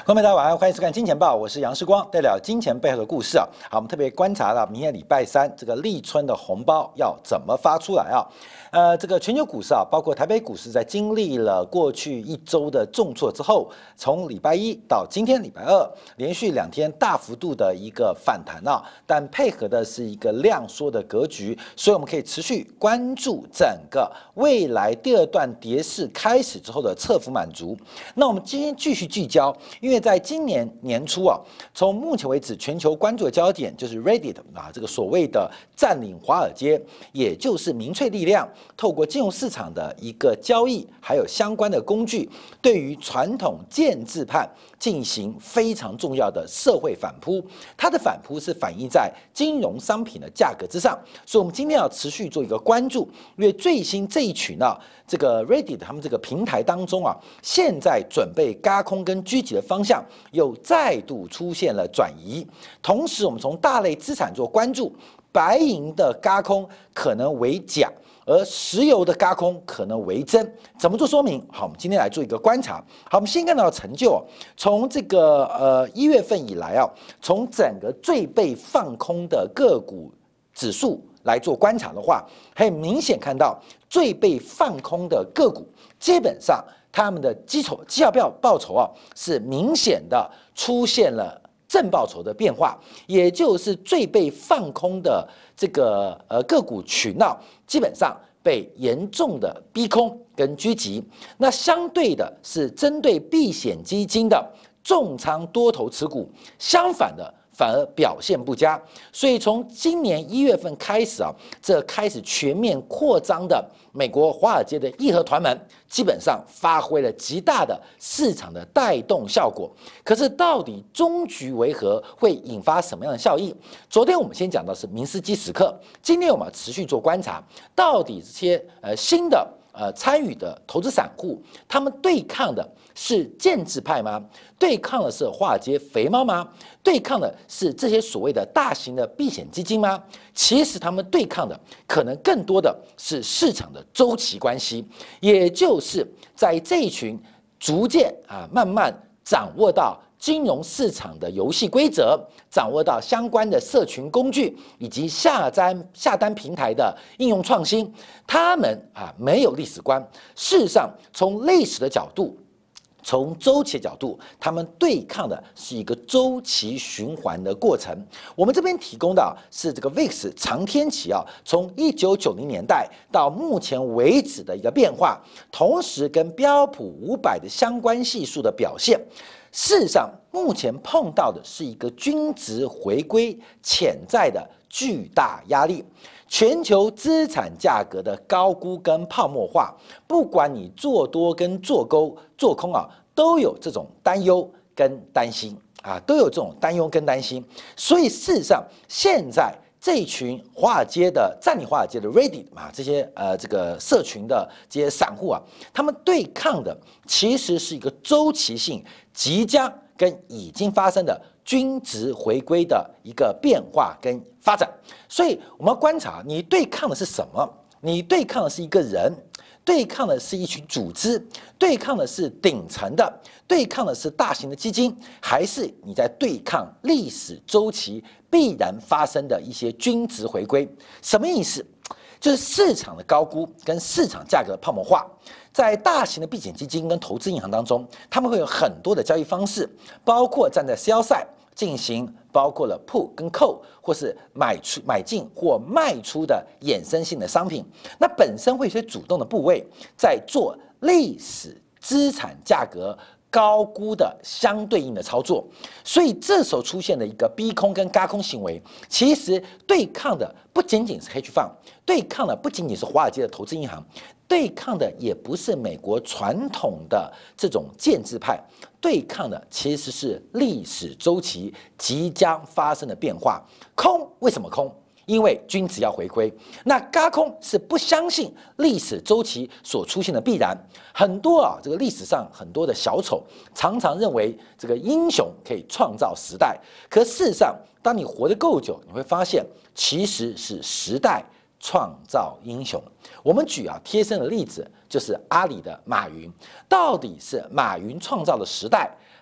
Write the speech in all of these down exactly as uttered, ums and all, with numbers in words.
观众大家晚上欢迎收看《金钱报》，我是杨世光，带聊金钱背后的故事啊。好，我们特别观察到明天礼拜三这个立春的红包要怎么发出来啊？呃，这个全球股市啊，包括台北股市，在经历了过去一周的重挫之后，从礼拜一到今天礼拜二，连续两天大幅度的一个反弹啊，但配合的是一个量缩的格局，所以我们可以持续关注整个未来第二段跌势开始之后的侧幅满足。那我们今天继续聚焦，因为在今年年初啊，从目前为止全球关注的焦点就是 Reddit 啊，这个所谓的占领华尔街，也就是民粹力量。透过金融市场的一个交易，还有相关的工具，对于传统建制派进行非常重要的社会反扑。它的反扑是反映在金融商品的价格之上，所以我们今天要持续做一个关注，因为最新这一群呢、啊，这个 Reddit 他们这个平台当中啊，现在准备轧空跟狙击的方向又再度出现了转移。同时，我们从大类资产做关注，白银的轧空可能为假。而石油的轧空可能为真，怎么做说明？好，我们今天来做一个观察。好，我们先看到成就，从这个呃一月份以来啊，从整个最被放空的个股指数来做观察的话，很明显看到最被放空的个股，基本上他们的基础绩效报报酬啊是明显的出现了正报酬的变化，也就是最被放空的这个呃个股群啊，基本上被严重的逼空跟狙击。那相对的是针对避险基金的重仓多头持股，相反的反而表现不佳。所以从今年一月份开始啊，这开始全面扩张的美国华尔街的义和团们，基本上发挥了极大的市场的带动效果。可是到底终局为何，会引发什么样的效益？昨天我们先讲到是明斯基时刻，今天我们持续做观察，到底这些呃新的呃参与的投资散户，他们对抗的是建制派吗？对抗的是华尔街肥猫吗？对抗的是这些所谓的大型的避险基金吗？其实他们对抗的可能更多的是市场的周期关系，也就是在这一群逐渐啊慢慢掌握到金融市场的游戏规则，掌握到相关的社群工具以及下单下单平台的应用创新，他们啊没有历史观。事实上，从历史的角度，从周期的角度，他们对抗的是一个周期循环的过程。我们这边提供的是这个 V I X 长天期啊，从一九九零年代到目前为止的一个变化，同时跟标普五百的相关系数的表现。事实上，目前碰到的是一个均值回归潜在的巨大压力。全球资产价格的高估跟泡沫化，不管你做多跟做勾做空啊，都有这种担忧跟担心啊，都有这种担忧跟担心。所以事实上，现在这一群华尔街的占领华尔街的 Reddit 啊，这些呃这个社群的这些散户啊，他们对抗的其实是一个周期性即将跟已经发生的均值回归的一个变化跟发展。所以我们要观察，你对抗的是什么？你对抗的是一个人，对抗的是一群组织，对抗的是顶层的，对抗的是大型的基金，还是你在对抗历史周期必然发生的一些均值回归？什么意思？就是市场的高估跟市场价格的泡沫化。在大型的避险基金跟投资银行当中，他们会有很多的交易方式，包括站在 sell side 进行，包括了 put 跟 call， 或是买出买进或卖出的衍生性的商品。那本身会有些主动的部位在做历史资产价格高估的相对应的操作，所以这时候出现的一个逼空跟轧空行为，其实对抗的不仅仅是 hedge fund， 对抗的不仅仅是华尔街的投资银行，对抗的也不是美国传统的这种建制派，对抗的其实是历史周期即将发生的变化。空为什么空？因为均值要回归，那轧空是不相信历史周期所出现的必然。很多啊，这个历史上很多的小丑常常认为这个英雄可以创造时代，可事实上，当你活得够久，你会发现其实是时代创造英雄。我们举啊贴身的例子，就是阿里的马云，到底是马云创造的时代，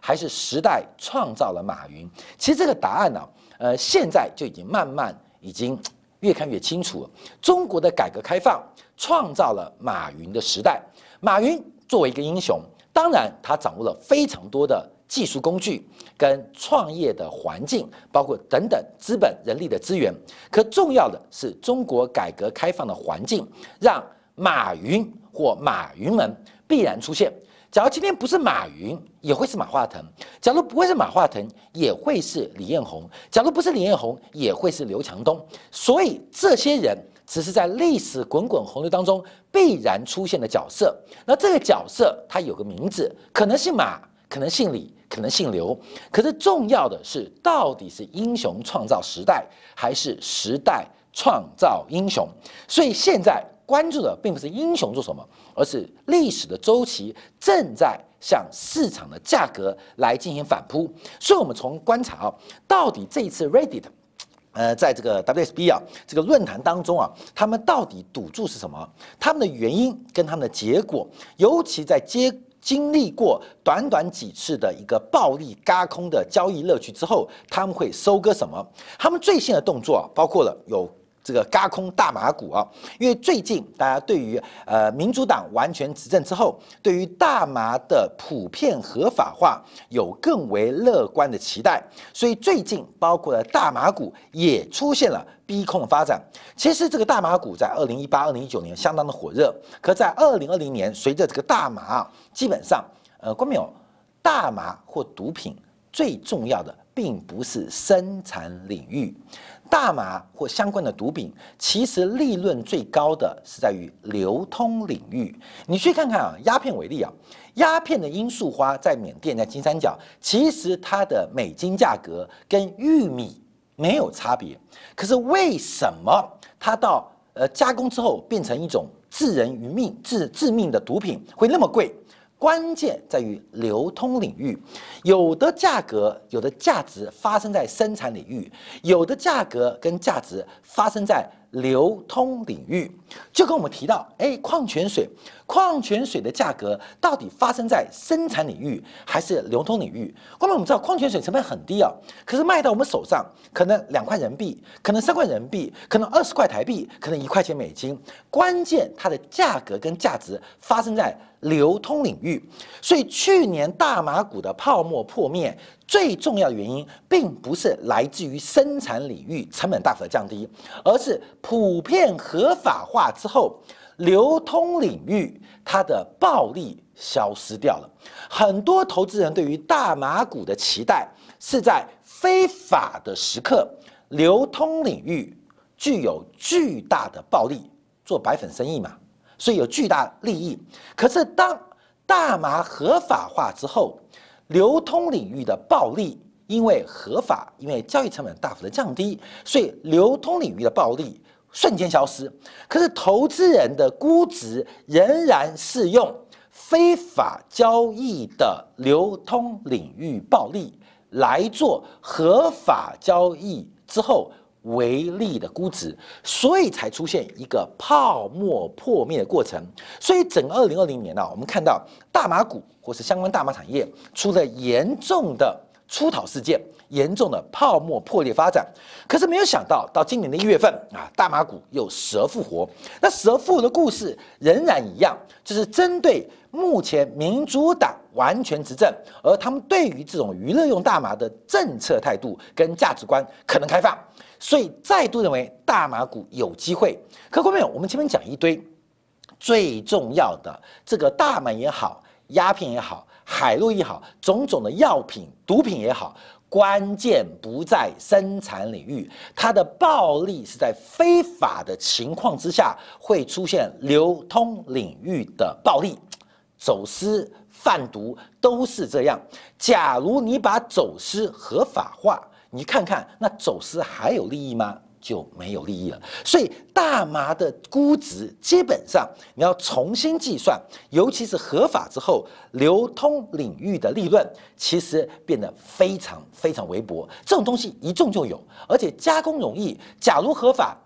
还是时代创造了马云？其实这个答案呢、啊，呃，现在就已经慢慢已经越看越清楚了。中国的改革开放创造了马云的时代，马云作为一个英雄，当然他掌握了非常多的技术工具跟创业的环境，包括等等资本人力的资源。可重要的是，中国改革开放的环境让马云或马云们必然出现。假如今天不是马云，也会是马化腾；假如不会是马化腾，也会是李彦宏；假如不是李彦宏，也会是刘强东。所以这些人只是在历史滚滚洪流当中必然出现的角色。那这个角色他有个名字，可能姓马，可能姓李，可能姓刘。可是重要的是，到底是英雄创造时代，还是时代创造英雄？所以现在关注的并不是英雄做什么，而是历史的周期正在向市场的价格来进行反扑。所以，我们从观察啊，到底这一次 Reddit， 呃，在这个 W S B 啊这个论坛当中啊，他们到底赌注是什么？他们的原因跟他们的结果，尤其在接经历过短短几次的一个暴力轧空的交易乐趣之后，他们会收割什么？他们最新的动作啊，包括了有这个轧空大麻股啊，因为最近大家对于呃民主党完全执政之后，对于大麻的普遍合法化有更为乐观的期待，所以最近包括了大麻股也出现了逼空的发展。其实这个大麻股在二零一八、二零一九年相当的火热，可在二零二零年，随着这个大麻啊，基本上呃，观众朋友，大麻或毒品最重要的并不是生产领域。大麻或相关的毒品，其实利润最高的是在于流通领域。你去看看啊，鸦片为例啊，鸦片的罂粟花在缅甸、在金三角，其实它的美金价格跟玉米没有差别。可是为什么它到呃加工之后变成一种致人于命、致致命的毒品会那么贵？关键在于流通领域，有的价格、有的价值发生在生产领域，有的价格跟价值发生在流通领域。就跟我们提到，哎，矿泉水，矿泉水的价格到底发生在生产领域还是流通领域？后面我们知道矿泉水成本很低啊，可是卖到我们手上，可能两块人民币，可能三块人民币，可能二十块台币，可能一块钱美金。关键它的价格跟价值发生在流通领域，所以去年大麻股的泡沫破灭，最重要的原因并不是来自于生产领域成本大幅的降低，而是普遍合法化之后，流通领域它的暴利消失掉了。很多投资人对于大麻股的期待是在非法的时刻，流通领域具有巨大的暴利，做白粉生意嘛。所以有巨大利益，可是当大麻合法化之后，流通领域的暴利因为合法，因为交易成本大幅的降低，所以流通领域的暴利瞬间消失。可是投资人的估值仍然是用非法交易的流通领域暴利来做合法交易之后为例的估值，所以才出现一个泡沫破灭的过程。所以整个二零二零年呢、啊，我们看到大麻股或是相关大麻产业出了严重的出逃事件，严重的泡沫破裂发展。可是没有想到，到今年的一月份啊，大麻股又死而复活。那死而复活的故事仍然一样，就是针对目前民主党完全执政，而他们对于这种娱乐用大麻的政策态度跟价值观可能开放。所以再度认为大麻股有机会。可各位朋友，我们前面讲一堆，最重要的这个大麻也好，鸦片也好，海洛也好，种种的药品、毒品也好，关键不在生产领域，它的暴利是在非法的情况之下会出现流通领域的暴利，走私、贩毒都是这样。假如你把走私合法化，你看看，那走私还有利益吗？就没有利益了。所以大麻的估值基本上你要重新计算，尤其是合法之后，流通领域的利润其实变得非常非常微薄。这种东西一种就有，而且加工容易。假如合法，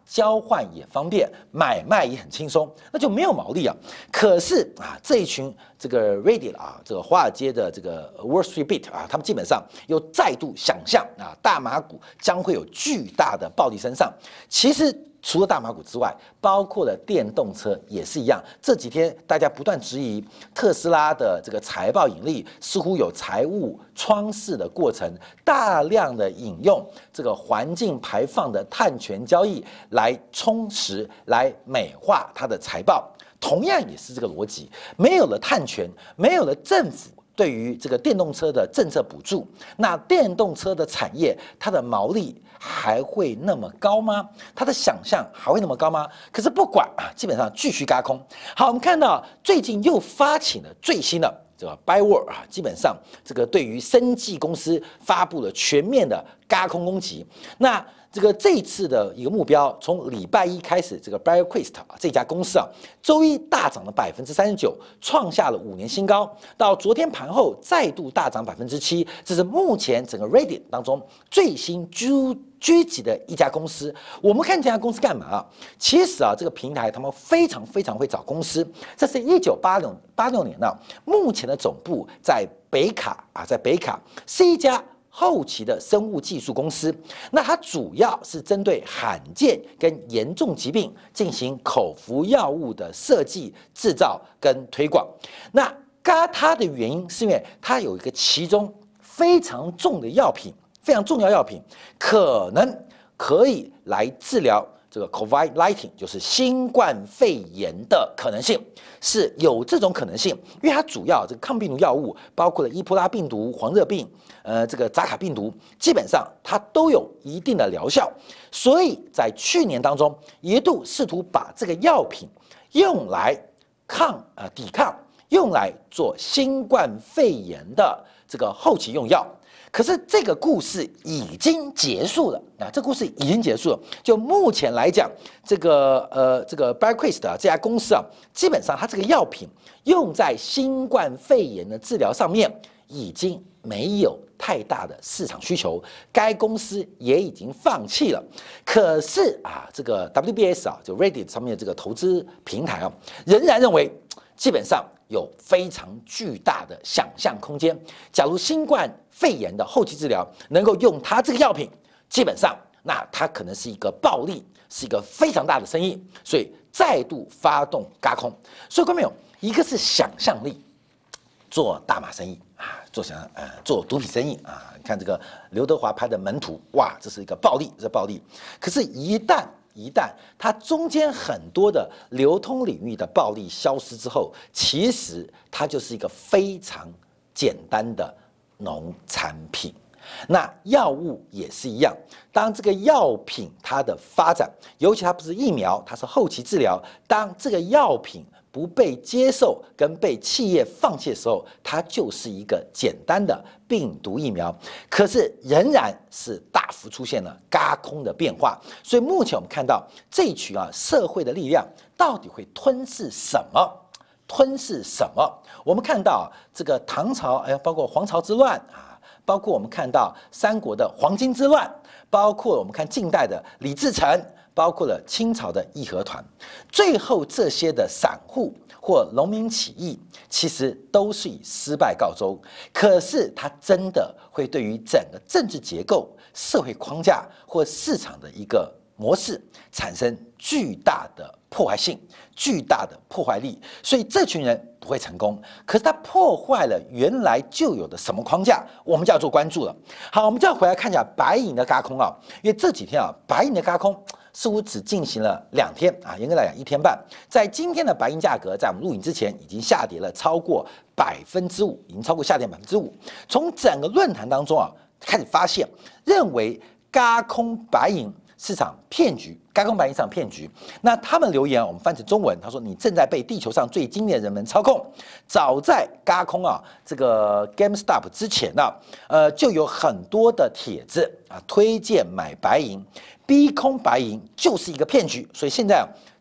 交换也方便，买卖也很轻松，那就没有毛利啊。可是啊，这一群这个 Reddit 啊，这个华尔街的这个 Wall Street Beat 啊，他们基本上又再度想象啊，大马股将会有巨大的暴利升上。其实除了大马股之外，包括了电动车也是一样。这几天大家不断质疑特斯拉的这个财报盈利似乎有财务窗式的过程，大量的引用这个环境排放的碳权交易来充实、来美化它的财报。同样也是这个逻辑，没有了碳权，没有了政府对于这个电动车的政策补助，那电动车的产业它的毛利还会那么高吗？它的想象还会那么高吗？可是不管啊，基本上继续轧空。好，我们看到最近又发起了最新的这个 Buy War 啊，基本上这个对于生技公司发布了全面的轧空攻击。那这个这次的一个目标，从礼拜一开始，这个 BioQuest 啊这家公司啊，周一大涨了百分之三十九，创下了五年新高。到昨天盘后再度大涨百分之七，这是目前整个 Reddit 当中最新居狙击的一家公司。我们看这家公司干嘛啊？其实啊，这个平台他们非常非常会找公司。这是一九八六八六年呢、啊，目前的总部在北卡啊，在北卡是一家后期的生物技术公司，那它主要是针对罕见跟严重疾病进行口服药物的设计、制造跟推广。那嘎它的原因是因为它有一个其中非常重的药品，非常重要药品，可能可以来治疗这个 COVID 十九， 就是新冠肺炎的可能性，是有这种可能性，因为它主要这个抗病毒药物包括了伊波拉病毒、黄热病。呃，这个扎卡病毒基本上它都有一定的疗效，所以在去年当中一度试图把这个药品用来抗呃抵抗，用来做新冠肺炎的这个后期用药。可是这个故事已经结束了啊！这故事已经结束了。就目前来讲，这个呃这个 BioQuest 啊这家公司啊，基本上它这个药品用在新冠肺炎的治疗上面已经没有太大的市场需求，该公司也已经放弃了。可是啊，这个 W B S 啊，就 Reddit 上面的这个投资平台啊，仍然认为基本上有非常巨大的想象空间。假如新冠肺炎的后期治疗能够用它这个药品，基本上那它可能是一个暴利，是一个非常大的生意，所以再度发动轧空。所以观众朋友，一个是想象力。做大麻生意啊，做想呃做毒品生意啊，看这个刘德华拍的《门徒》，哇，这是一个暴利，这是暴利。可是，一旦一旦它中间很多的流通领域的暴利消失之后，其实它就是一个非常简单的农产品。那药物也是一样，当这个药品它的发展，尤其它不是疫苗，它是后期治疗，当这个药品不被接受跟被企业放弃的时候，它就是一个简单的病毒疫苗，可是仍然是大幅出现了轧空的变化。所以目前我们看到这一群啊社会的力量到底会吞噬什么？吞噬什么？我们看到这个唐朝，哎，包括黄巢之乱啊。包括我们看到三国的黄巾之乱，包括我们看近代的李自成，包括了清朝的义和团，最后这些的散户或农民起义，其实都是以失败告终。可是它真的会对于整个政治结构、社会框架或市场的一个模式产生巨大的破坏性、巨大的破坏力，所以这群人不会成功。可是他破坏了原来就有的什么框架，我们就要做关注了。好，我们就要回来看一下白银的轧空啊，因为这几天啊，白银的轧空似乎只进行了两天啊，严格来讲一天半。在今天的白银价格，在我们录影之前已经下跌了超过百分之五，已经超过下跌百分之五。从整个论坛当中啊，开始发现认为轧空白银市场骗局，轧空白银市场骗局。那他们留言，我们翻成中文，他说：“你正在被地球上最精明的人们操控。”早在轧空啊，这个 GameStop 之前呢、啊，呃，就有很多的帖子啊推荐买白银，逼空白银就是一个骗局。所以现在啊，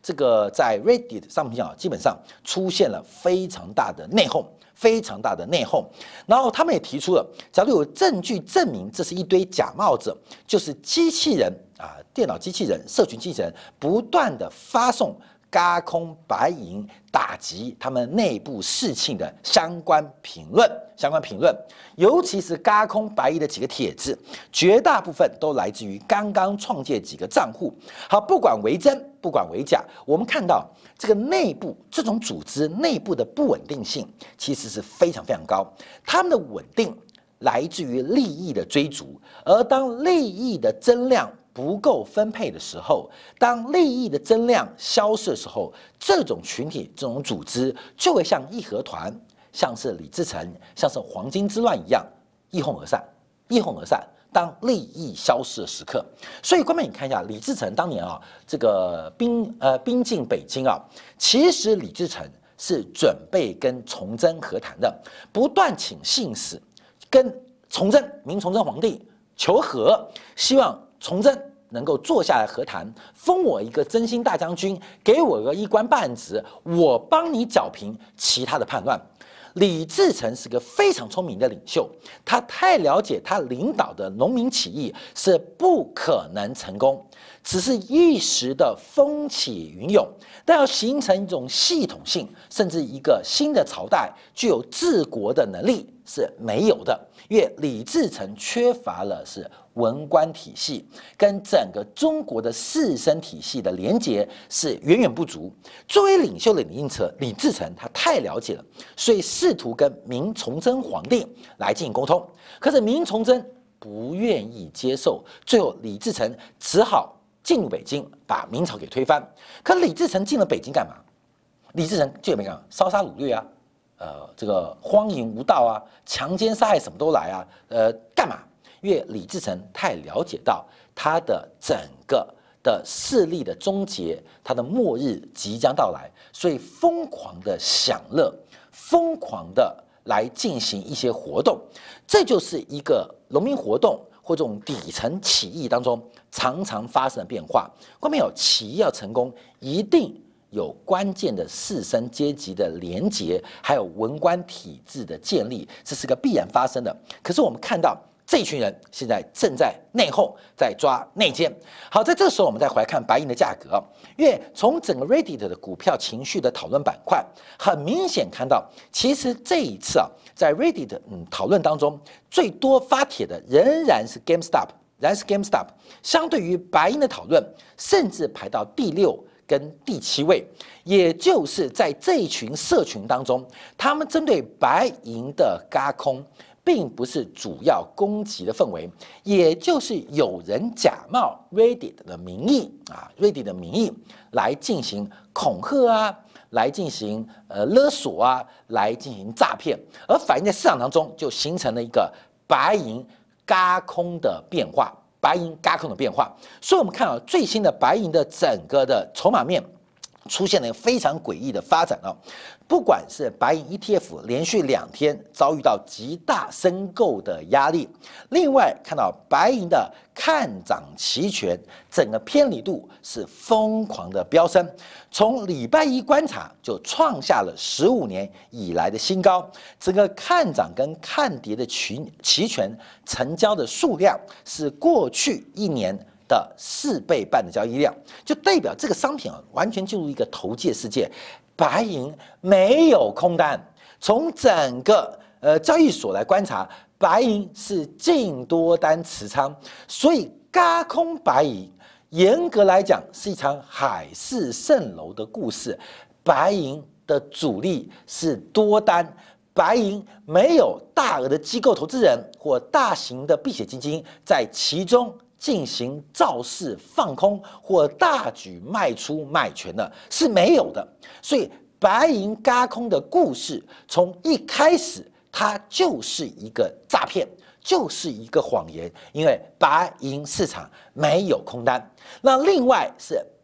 这个在 Reddit 上面啊，基本上出现了非常大的内讧。非常大的内讧，然后他们也提出了，假如有证据证明这是一堆假冒者，就是机器人啊，电脑机器人、社群机器人不断的发送轧空白银打击他们内部事情的相关评论，相关评论，尤其是轧空白银的几个帖子，绝大部分都来自于刚刚创建几个账户。好，不管为真，不管为假，我们看到这个内部这种组织内部的不稳定性其实是非常非常高，他们的稳定来自于利益的追逐，而当利益的增量不够分配的时候，当利益的增量消失的时候，这种群体、这种组织就会像义和团、像是李自成、像是黄巾之乱一样一哄而散，一哄而散。当利益消失的时刻，所以观众你看一下，李自成当年啊，这个兵呃兵进北京啊，其实李自成是准备跟崇祯和谈的，不断请信使跟崇祯明崇祯皇帝求和，希望崇祯能够坐下来和谈，封我一个真心大将军，给我个一官半职，我帮你剿平其他的叛乱。李自成是个非常聪明的领袖，他太了解他领导的农民起义是不可能成功，只是一时的风起云涌，但要形成一种系统性，甚至一个新的朝代具有治国的能力是没有的，因为李自成缺乏了是文官体系跟整个中国的士绅体系的连结是远远不足。作为领袖的李自成，李自成他太了解了，所以试图跟明崇祯皇帝来进行沟通。可是明崇祯不愿意接受，最后李自成只好进入北京，把明朝给推翻。可李自成进了北京干嘛？李自成就没干嘛，烧杀掳掠啊，呃，这个荒淫无道啊，强奸杀害什么都来啊，呃，干嘛？因为李自成太了解到他的整个的势力的终结，他的末日即将到来，所以疯狂的享乐，疯狂的来进行一些活动，这就是一个农民活动或这种底层起义当中常常发生的变化。观众朋友，起义要成功，一定有关键的士绅阶级的连结，还有文官体制的建立，这是个必然发生的。可是我们看到这群人现在正在内讧，在抓内奸。好，在这个时候我们再回来看白银的价格，因为从整个 Reddit 的股票情绪的讨论板块，很明显看到，其实这一次啊，在 Reddit 嗯讨论当中，最多发帖的仍然是 GameStop， 仍然是 GameStop， 相对于白银的讨论，甚至排到第六跟第七位，也就是在这一群社群当中，他们针对白银的轧空并不是主要攻击的氛围，也就是有人假冒 Reddit 的名义啊 ，Reddit 的名义来进行恐吓啊，来进行呃勒索啊，来进行诈骗，而反映在市场当中就形成了一个白银轧空的变化，白银轧空的变化。所以我们看到最新的白银的整个的筹码面出现了一个非常诡异的发展啊。不管是白银 E T F 连续两天遭遇到极大申购的压力，另外看到白银的看涨期权整个偏离度是疯狂的飙升，从礼拜一观察就创下了十五年以来的新高，整个看涨跟看跌的群期权成交的数量是过去一年的四倍半的交易量，就代表这个商品啊完全进入一个投机的世界。白银没有空单，从整个呃交易所来观察，白银是净多单持仓，所以轧空白银严格来讲是一场海市蜃楼的故事。白银的主力是多单，白银没有大额的机构投资人或大型的避险基金在其中进行造势放空或大举卖出卖权的，是没有的。所以白银轧空的故事从一开始它就是一个诈骗，就是一个谎言，因为白银市场没有空单。那另外是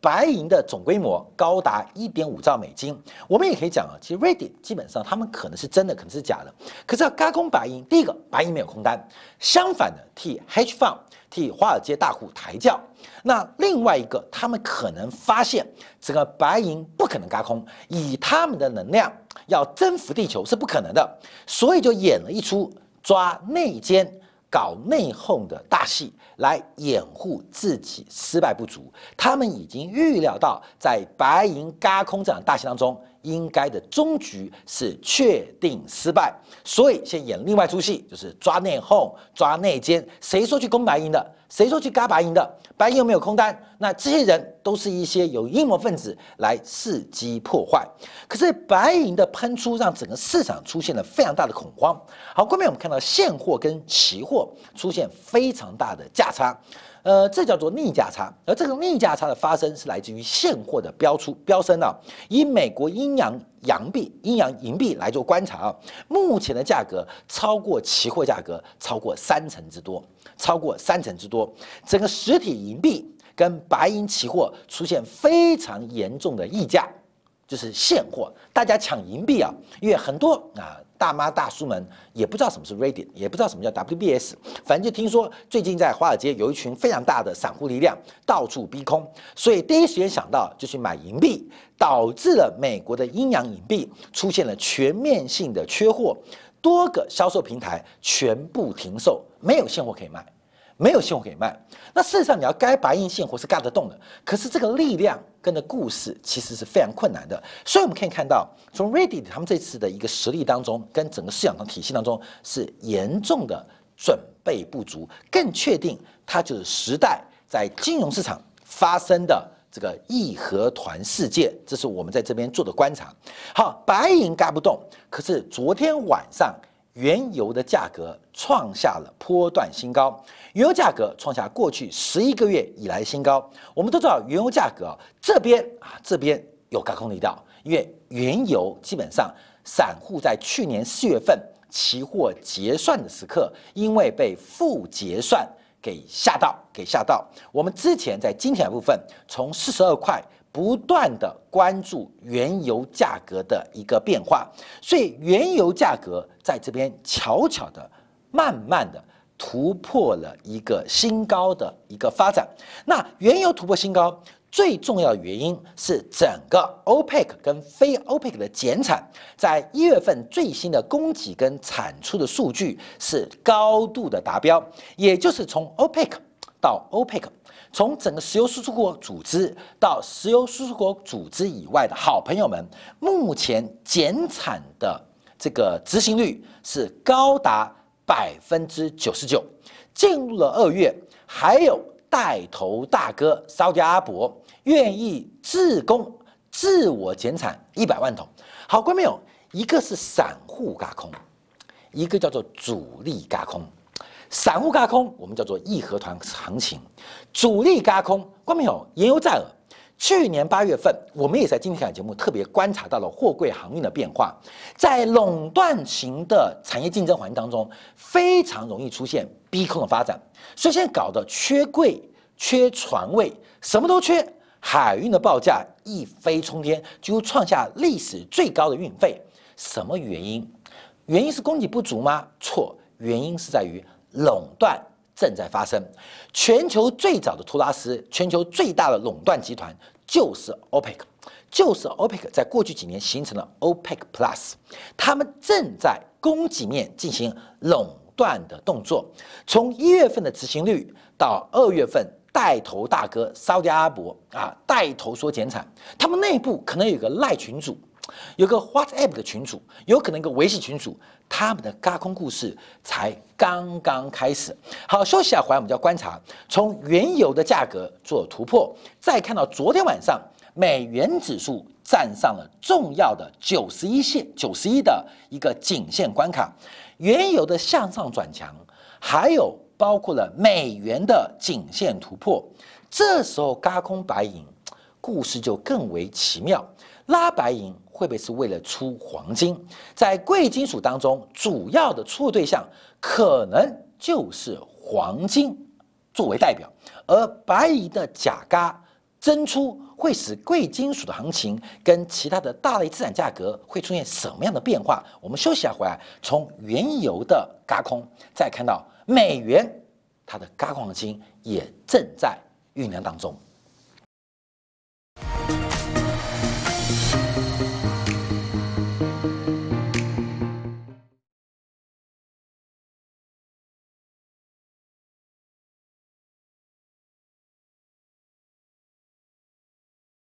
白银的总规模高达 一点五兆美金。我们也可以讲啊，其实 Reddit 基本上他们可能是真的，可能是假的。可是要轧空白银，第一个白银没有空单，相反的替 hedge fund 替华尔街大户抬轿。那另外一个，他们可能发现整个白银不可能轧空，以他们的能量要征服地球是不可能的，所以就演了一出抓内奸、搞内讧的大戏，来掩护自己失败不足。他们已经预料到，在白银轧空这场大戏当中，应该的终局是确定失败，所以先演另外一出戏，就是抓内讧、抓内奸。谁说去攻白银的？谁说去轧白银的？白银又没有空单，那这些人都是一些有阴谋分子来伺机破坏。可是白银的喷出让整个市场出现了非常大的恐慌。好，后面我们看到现货跟期货出现非常大的价差。呃，这叫做逆价差，而这个逆价差的发生是来自于现货的飙出飙升啊。以美国阴阳洋币、阴阳银币来做观察啊，目前的价格超过期货价格超过三成之多，超过三成之多。整个实体银币跟白银期货出现非常严重的溢价，就是现货，大家抢银币啊，因为很多啊。大妈大叔们也不知道什么是 Reddit， 也不知道什么叫 W B S， 反正就听说最近在华尔街有一群非常大的散户力量到处逼空，所以第一时间想到就去买银币，导致了美国的阴阳银币出现了全面性的缺货，多个销售平台全部停售，没有现货可以卖。没有现货可以卖，那事实上你要该白银现货是轧得动的，可是这个力量跟的故事其实是非常困难的，所以我们可以看到，从 Reddit 他们这次的一个实力当中，跟整个市场的体系当中是严重的准备不足，更确定它就是时代在金融市场发生的这个义和团事件，这是我们在这边做的观察。好，白银轧不动，可是昨天晚上。原油的价格创下了波段新高，原油价格创下过去十一个月以来的新高。我们都知道，原油价格、啊、这边啊这边有轧空力道，因为原油基本上散户在去年四月份期货结算的时刻，因为被负结算给吓到，给吓到。我们之前在金钱部分从四十二块。不断的关注原油价格的一个变化，所以原油价格在这边悄悄的、慢慢的突破了一个新高的一个发展。那原油突破新高，最重要的原因是整个 OPEC 跟非 OPEC 的减产，在一月份最新的供给跟产出的数据是高度的达标，也就是从 OPEC 到 OPEC。从整个石油输出国组织到石油输出国组织以外的好朋友们，目前减产的这个执行率是高达百分之九十九。进入了二月，还有带头大哥沙特阿拉伯愿意自供自我减产一百万桶。好，观众朋友，一个是散户轧空，一个叫做主力轧空。散户轧空，我们叫做义和团行情；主力轧空，观众朋友，原油在耳。去年八月份，我们也在今天的节目特别观察到了货柜航运的变化，在垄断型的产业竞争环境当中，非常容易出现逼空的发展，所以现在搞得缺柜、缺船位，什么都缺。海运的报价一飞冲天，几乎创下历史最高的运费。什么原因？原因是供给不足吗？错，原因是在于。垄断正在发生，全球最早的托拉斯，全球最大的垄断集团就是 OPEC， 就是 OPEC 在过去几年形成了 OPEC Plus， 他们正在供给面进行垄断的动作。从一月份的执行率到二月份，带头大哥沙特阿拉伯啊带头说减产，他们内部可能有个赖群组。有个 WhatsApp 的群组，有可能一个微信群组，他们的轧空故事才刚刚开始。好，休息下回来我们就要观察，从原油的价格做突破，再看到昨天晚上美元指数站上了重要的九十一线、九十一的一个颈线关卡，原油的向上转强，还有包括了美元的颈线突破，这时候轧空白银故事就更为奇妙。拉白银会不会是为了出黄金？在贵金属当中，主要的出货对象可能就是黄金作为代表，而白银的假轧增出会使贵金属的行情跟其他的大类资产价格会出现什么样的变化？我们休息下回来，从原油的轧空，再看到美元它的轧空行情也正在酝酿当中。